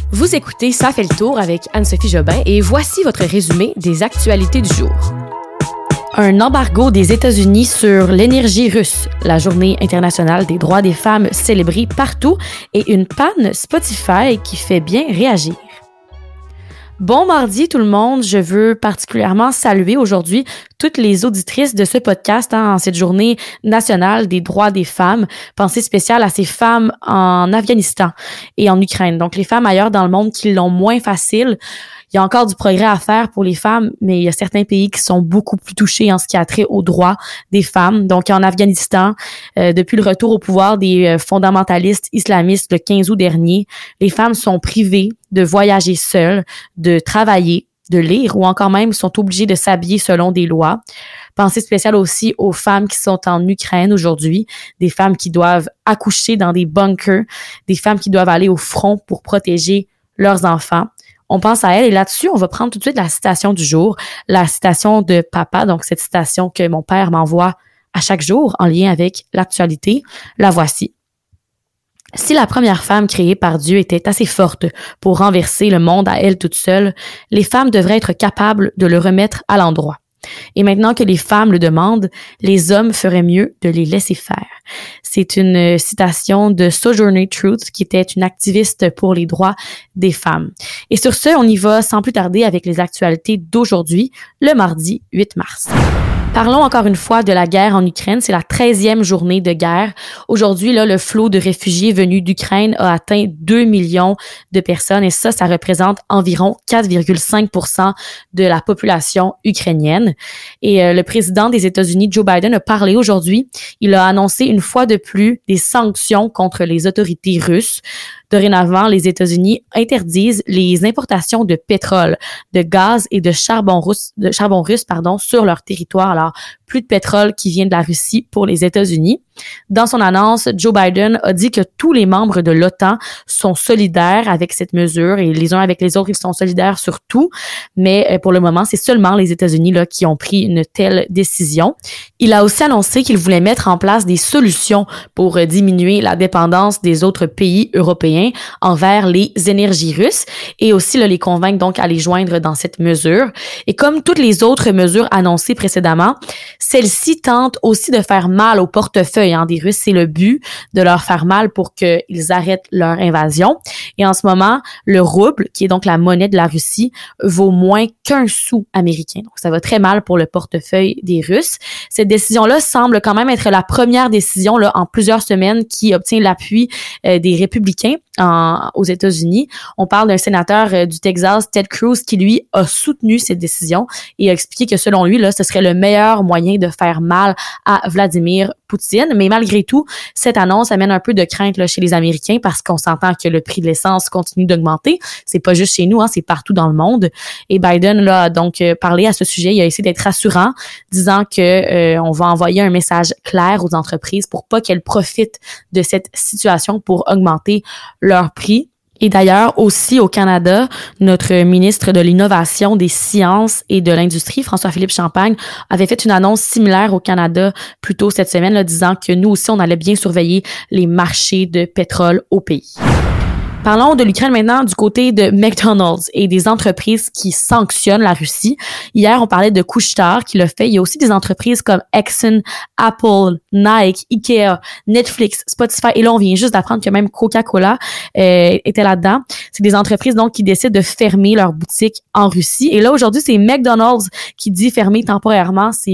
Vous écoutez Ça fait le tour avec Anne-Sophie Jobin et voici votre résumé des actualités du jour. Un embargo des États-Unis sur l'énergie russe, la Journée internationale des droits des femmes célébrée partout et une panne Spotify qui fait bien réagir. Bon mardi tout le monde, je veux particulièrement saluer aujourd'hui toutes les auditrices de ce podcast en cette journée nationale des droits des femmes. Pensée spéciale à ces femmes en Afghanistan et en Ukraine, donc les femmes ailleurs dans le monde qui l'ont moins facile. Il y a encore du progrès à faire pour les femmes, mais il y a certains pays qui sont beaucoup plus touchés en ce qui a trait aux droits des femmes. Donc, en Afghanistan, depuis le retour au pouvoir des fondamentalistes islamistes le 15 août dernier, les femmes sont privées de voyager seules, de travailler, de lire ou encore même sont obligées de s'habiller selon des lois. Pensée spéciale aussi aux femmes qui sont en Ukraine aujourd'hui, des femmes qui doivent accoucher dans des bunkers, des femmes qui doivent aller au front pour protéger leurs enfants. On pense à elle et là-dessus, on va prendre tout de suite la citation du jour, la citation de papa, donc cette citation que mon père m'envoie à chaque jour en lien avec l'actualité. La voici. Si la première femme créée par Dieu était assez forte pour renverser le monde à elle toute seule, les femmes devraient être capables de le remettre à l'endroit. Et maintenant que les femmes le demandent, les hommes feraient mieux de les laisser faire. C'est une citation de Sojourner Truth, qui était une activiste pour les droits des femmes. Et sur ce, on y va sans plus tarder avec les actualités d'aujourd'hui, le mardi 8 mars. Parlons encore une fois de la guerre en Ukraine. C'est la 13e journée de guerre. Aujourd'hui, là, le flot de réfugiés venus d'Ukraine a atteint 2 millions de personnes et ça représente environ 4,5% de la population ukrainienne. Et le président des États-Unis, Joe Biden, a parlé aujourd'hui. Il a annoncé une fois de plus des sanctions contre les autorités russes. Dorénavant, les États-Unis interdisent les importations de pétrole, de gaz et de charbon russe, sur leur territoire. Alors, plus de pétrole qui vient de la Russie pour les États-Unis. Dans son annonce, Joe Biden a dit que tous les membres de l'OTAN sont solidaires avec cette mesure et les uns avec les autres, ils sont solidaires sur tout. Mais pour le moment, c'est seulement les États-Unis là qui ont pris une telle décision. Il a aussi annoncé qu'il voulait mettre en place des solutions pour diminuer la dépendance des autres pays européens envers les énergies russes et aussi là, les convaincre donc à les joindre dans cette mesure. Et comme toutes les autres mesures annoncées précédemment, celle-ci tente aussi de faire mal au portefeuille des Russes. C'est le but de leur faire mal pour qu'ils arrêtent leur invasion. Et en ce moment, le rouble, qui est donc la monnaie de la Russie, vaut moins qu'1 sou américain. Donc, ça va très mal pour le portefeuille des Russes. Cette décision-là semble quand même être la première décision là, en plusieurs semaines qui obtient l'appui des républicains aux États-Unis. On parle d'un sénateur du Texas, Ted Cruz, qui lui a soutenu cette décision et a expliqué que selon lui, là, ce serait le meilleur moyen de faire mal à Vladimir Poutine. Mais malgré tout, cette annonce amène un peu de crainte là, chez les Américains parce qu'on s'entend que le prix de l'essence continue d'augmenter. C'est pas juste chez nous, c'est partout dans le monde. Et Biden là, a donc parlé à ce sujet. Il a essayé d'être rassurant, disant que on va envoyer un message clair aux entreprises pour pas qu'elles profitent de cette situation pour augmenter leur prix. Et d'ailleurs, aussi au Canada, notre ministre de l'Innovation, des Sciences et de l'Industrie, François-Philippe Champagne, avait fait une annonce similaire au Canada plus tôt cette semaine, là, disant que nous aussi, on allait bien surveiller les marchés de pétrole au pays. Parlons de l'Ukraine maintenant du côté de McDonald's et des entreprises qui sanctionnent la Russie. Hier, on parlait de Couche-Tard qui le fait. Il y a aussi des entreprises comme Exxon, Apple, Nike, Ikea, Netflix, Spotify. Et là, on vient juste d'apprendre que même Coca-Cola était là-dedans. C'est des entreprises donc qui décident de fermer leurs boutiques en Russie. Et là, aujourd'hui, c'est McDonald's qui dit fermer temporairement ses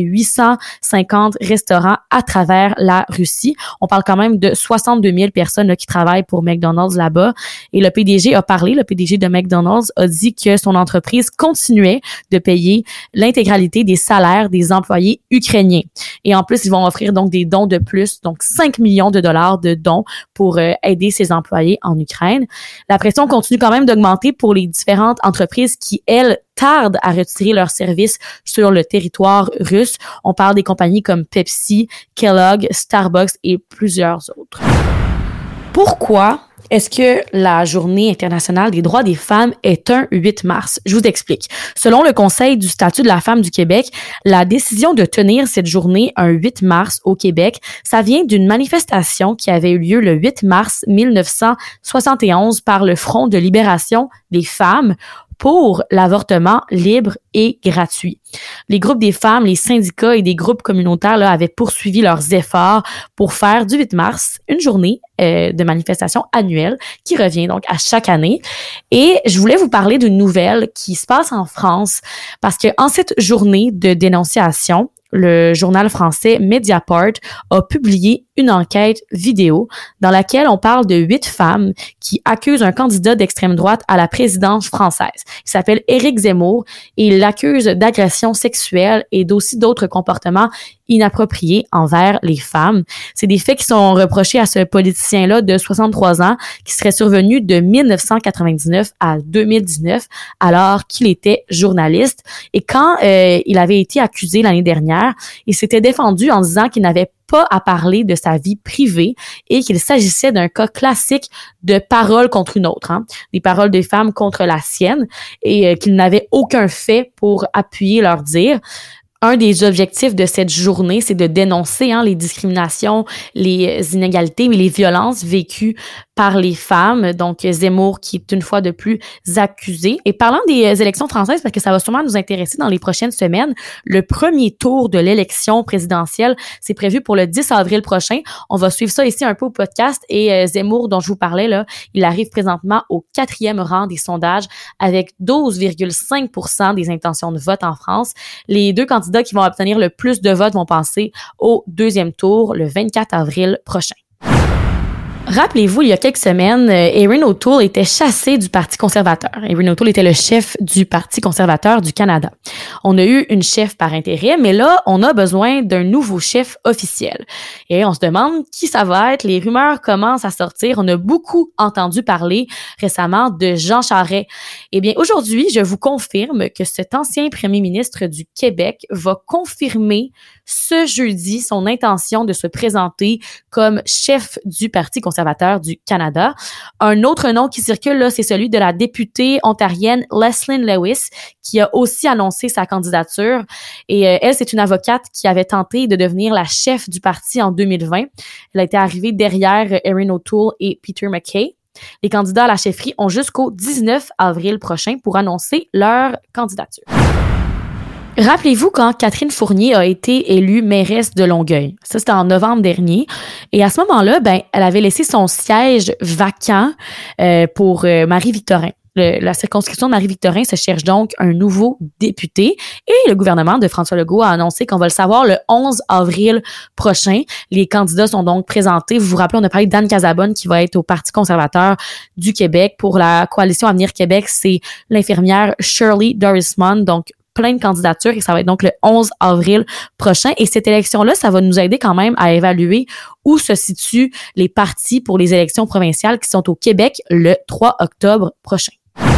850 restaurants à travers la Russie. On parle quand même de 62 000 personnes là, qui travaillent pour McDonald's là-bas. Et le PDG de McDonald's a dit que son entreprise continuait de payer l'intégralité des salaires des employés ukrainiens. Et en plus, ils vont offrir donc des dons de plus, donc 5 millions de dollars de dons pour aider ces employés en Ukraine. La pression continue quand même d'augmenter pour les différentes entreprises qui, elles, tardent à retirer leurs services sur le territoire russe. On parle des compagnies comme Pepsi, Kellogg, Starbucks et plusieurs autres. Pourquoi Est-ce que la Journée internationale des droits des femmes est un 8 mars? Je vous explique. Selon le Conseil du statut de la femme du Québec, la décision de tenir cette journée un 8 mars au Québec, ça vient d'une manifestation qui avait eu lieu le 8 mars 1971 par le Front de libération des femmes pour l'avortement libre et gratuit. Les groupes des femmes, les syndicats et des groupes communautaires là, avaient poursuivi leurs efforts pour faire du 8 mars une journée de manifestation annuelle qui revient donc à chaque année. Et je voulais vous parler d'une nouvelle qui se passe en France parce que en cette journée de dénonciation, le journal français Mediapart a publié une enquête vidéo dans laquelle on parle de 8 femmes qui accusent un candidat d'extrême droite à la présidence française. Il s'appelle Éric Zemmour et il l'accuse d'agression sexuelle et d'aussi d'autres comportements inappropriés envers les femmes. C'est des faits qui sont reprochés à ce politicien-là de 63 ans qui serait survenu de 1999 à 2019 alors qu'il était journaliste. Et quand il avait été accusé l'année dernière, il s'était défendu en disant qu'il n'avait pas à parler de sa vie privée et qu'il s'agissait d'un cas classique de parole contre une autre, des paroles des femmes contre la sienne et qu'il n'avait aucun fait pour appuyer leur dire. Un des objectifs de cette journée, c'est de dénoncer les discriminations, les inégalités, mais les violences vécues par les femmes. Donc, Zemmour qui est une fois de plus accusé. Et parlant des élections françaises, parce que ça va sûrement nous intéresser dans les prochaines semaines, le premier tour de l'élection présidentielle, c'est prévu pour le 10 avril prochain. On va suivre ça ici un peu au podcast. Et Zemmour, dont je vous parlais, là, il arrive présentement au 4e rang des sondages avec 12,5% des intentions de vote en France. Les deux candidats qui vont obtenir le plus de votes vont passer au deuxième tour le 24 avril prochain. Rappelez-vous, il y a quelques semaines, Erin O'Toole était chassé du Parti conservateur. Erin O'Toole était le chef du Parti conservateur du Canada. On a eu une chef par intérim, mais là, on a besoin d'un nouveau chef officiel. Et on se demande qui ça va être. Les rumeurs commencent à sortir. On a beaucoup entendu parler récemment de Jean Charest. Eh bien, aujourd'hui, je vous confirme que cet ancien premier ministre du Québec va confirmer ce jeudi son intention de se présenter comme chef du Parti conservateur du Canada. Un autre nom qui circule, là, c'est celui de la députée ontarienne Leslyn Lewis, qui a aussi annoncé sa candidature. Et elle, c'est une avocate qui avait tenté de devenir la chef du parti en 2020. Elle a été arrivée derrière Erin O'Toole et Peter MacKay. Les candidats à la chefferie ont jusqu'au 19 avril prochain pour annoncer leur candidature. Rappelez-vous quand Catherine Fournier a été élue mairesse de Longueuil. Ça, c'était en novembre dernier. Et à ce moment-là, elle avait laissé son siège vacant pour Marie-Victorin. La circonscription de Marie-Victorin se cherche donc un nouveau député et le gouvernement de François Legault a annoncé qu'on va le savoir le 11 avril prochain. Les candidats sont donc présentés. Vous vous rappelez, on a parlé d'Anne Casabonne qui va être au Parti conservateur du Québec. Pour la coalition Avenir Québec, c'est l'infirmière Shirley Dorismond, donc plein de candidatures et ça va être donc le 11 avril prochain. Et cette élection-là, ça va nous aider quand même à évaluer où se situent les partis pour les élections provinciales qui sont au Québec le 3 octobre prochain.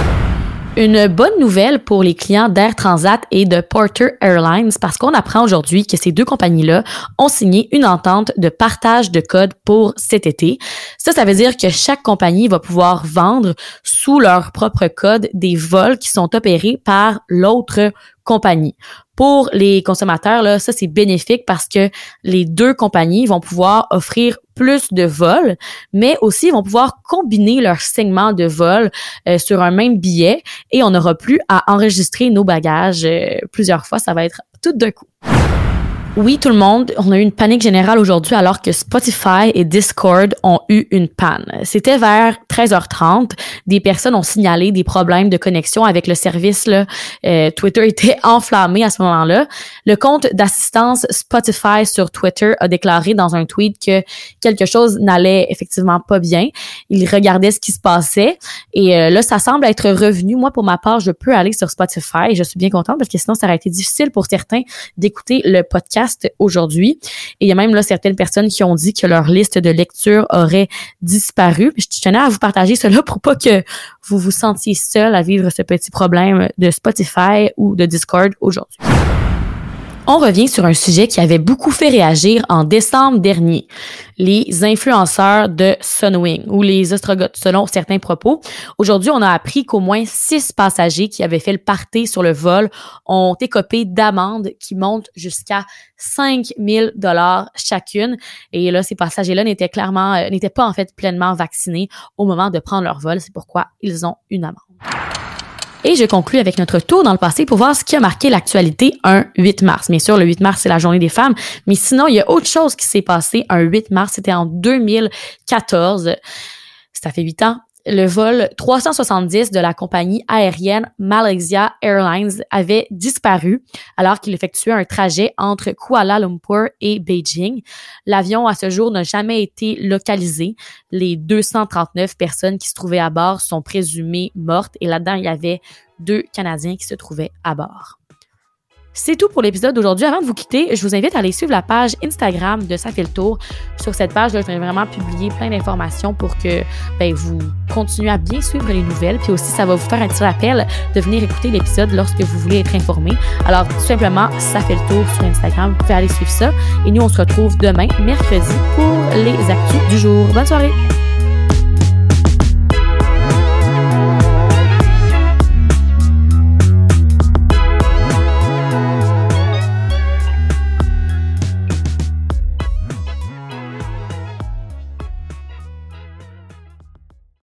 Une bonne nouvelle pour les clients d'Air Transat et de Porter Airlines parce qu'on apprend aujourd'hui que ces deux compagnies-là ont signé une entente de partage de codes pour cet été. Ça veut dire que chaque compagnie va pouvoir vendre sous leur propre code des vols qui sont opérés par l'autre compagnie. Pour les consommateurs, là, ça c'est bénéfique parce que les deux compagnies vont pouvoir offrir plus de vols, mais aussi vont pouvoir combiner leurs segments de vol sur un même billet et on n'aura plus à enregistrer nos bagages plusieurs fois. Ça va être tout d'un coup. Oui, tout le monde, on a eu une panique générale aujourd'hui alors que Spotify et Discord ont eu une panne. C'était vers 13h30. Des personnes ont signalé des problèmes de connexion avec le service. Là. Twitter était enflammé à ce moment-là. Le compte d'assistance Spotify sur Twitter a déclaré dans un tweet que quelque chose n'allait effectivement pas bien. Il regardait ce qui se passait et là, ça semble être revenu. Moi, pour ma part, je peux aller sur Spotify et je suis bien contente parce que sinon, ça aurait été difficile pour certains d'écouter le podcast aujourd'hui. Et il y a même là certaines personnes qui ont dit que leur liste de lecture aurait disparu. Je tenais à vous partager cela pour pas que vous vous sentiez seul à vivre ce petit problème de Spotify ou de Discord aujourd'hui. On revient sur un sujet qui avait beaucoup fait réagir en décembre dernier. Les influenceurs de Sunwing ou les ostrogoths, selon certains propos. Aujourd'hui, on a appris qu'au moins 6 passagers qui avaient fait le party sur le vol ont écopé d'amendes qui montent jusqu'à 5 000 $ chacune. Et là, ces passagers-là n'étaient pas en fait pleinement vaccinés au moment de prendre leur vol. C'est pourquoi ils ont une amende. Et je conclue avec notre tour dans le passé pour voir ce qui a marqué l'actualité un 8 mars. Bien sûr, le 8 mars, c'est la journée des femmes, mais sinon, il y a autre chose qui s'est passé un 8 mars. C'était en 2014. Ça fait 8 ans. Le vol 370 de la compagnie aérienne Malaysia Airlines avait disparu alors qu'il effectuait un trajet entre Kuala Lumpur et Beijing. L'avion, à ce jour, n'a jamais été localisé. Les 239 personnes qui se trouvaient à bord sont présumées mortes et là-dedans, il y avait 2 Canadiens qui se trouvaient à bord. C'est tout pour l'épisode d'aujourd'hui. Avant de vous quitter, je vous invite à aller suivre la page Instagram de Ça fait le tour. Sur cette page-là, je vais vraiment publier plein d'informations pour que vous continuez à bien suivre les nouvelles. Puis aussi, ça va vous faire un petit rappel de venir écouter l'épisode lorsque vous voulez être informé. Alors, tout simplement, Ça fait le tour sur Instagram. Vous pouvez aller suivre ça. Et nous, on se retrouve demain, mercredi, pour les actus du jour. Bonne soirée!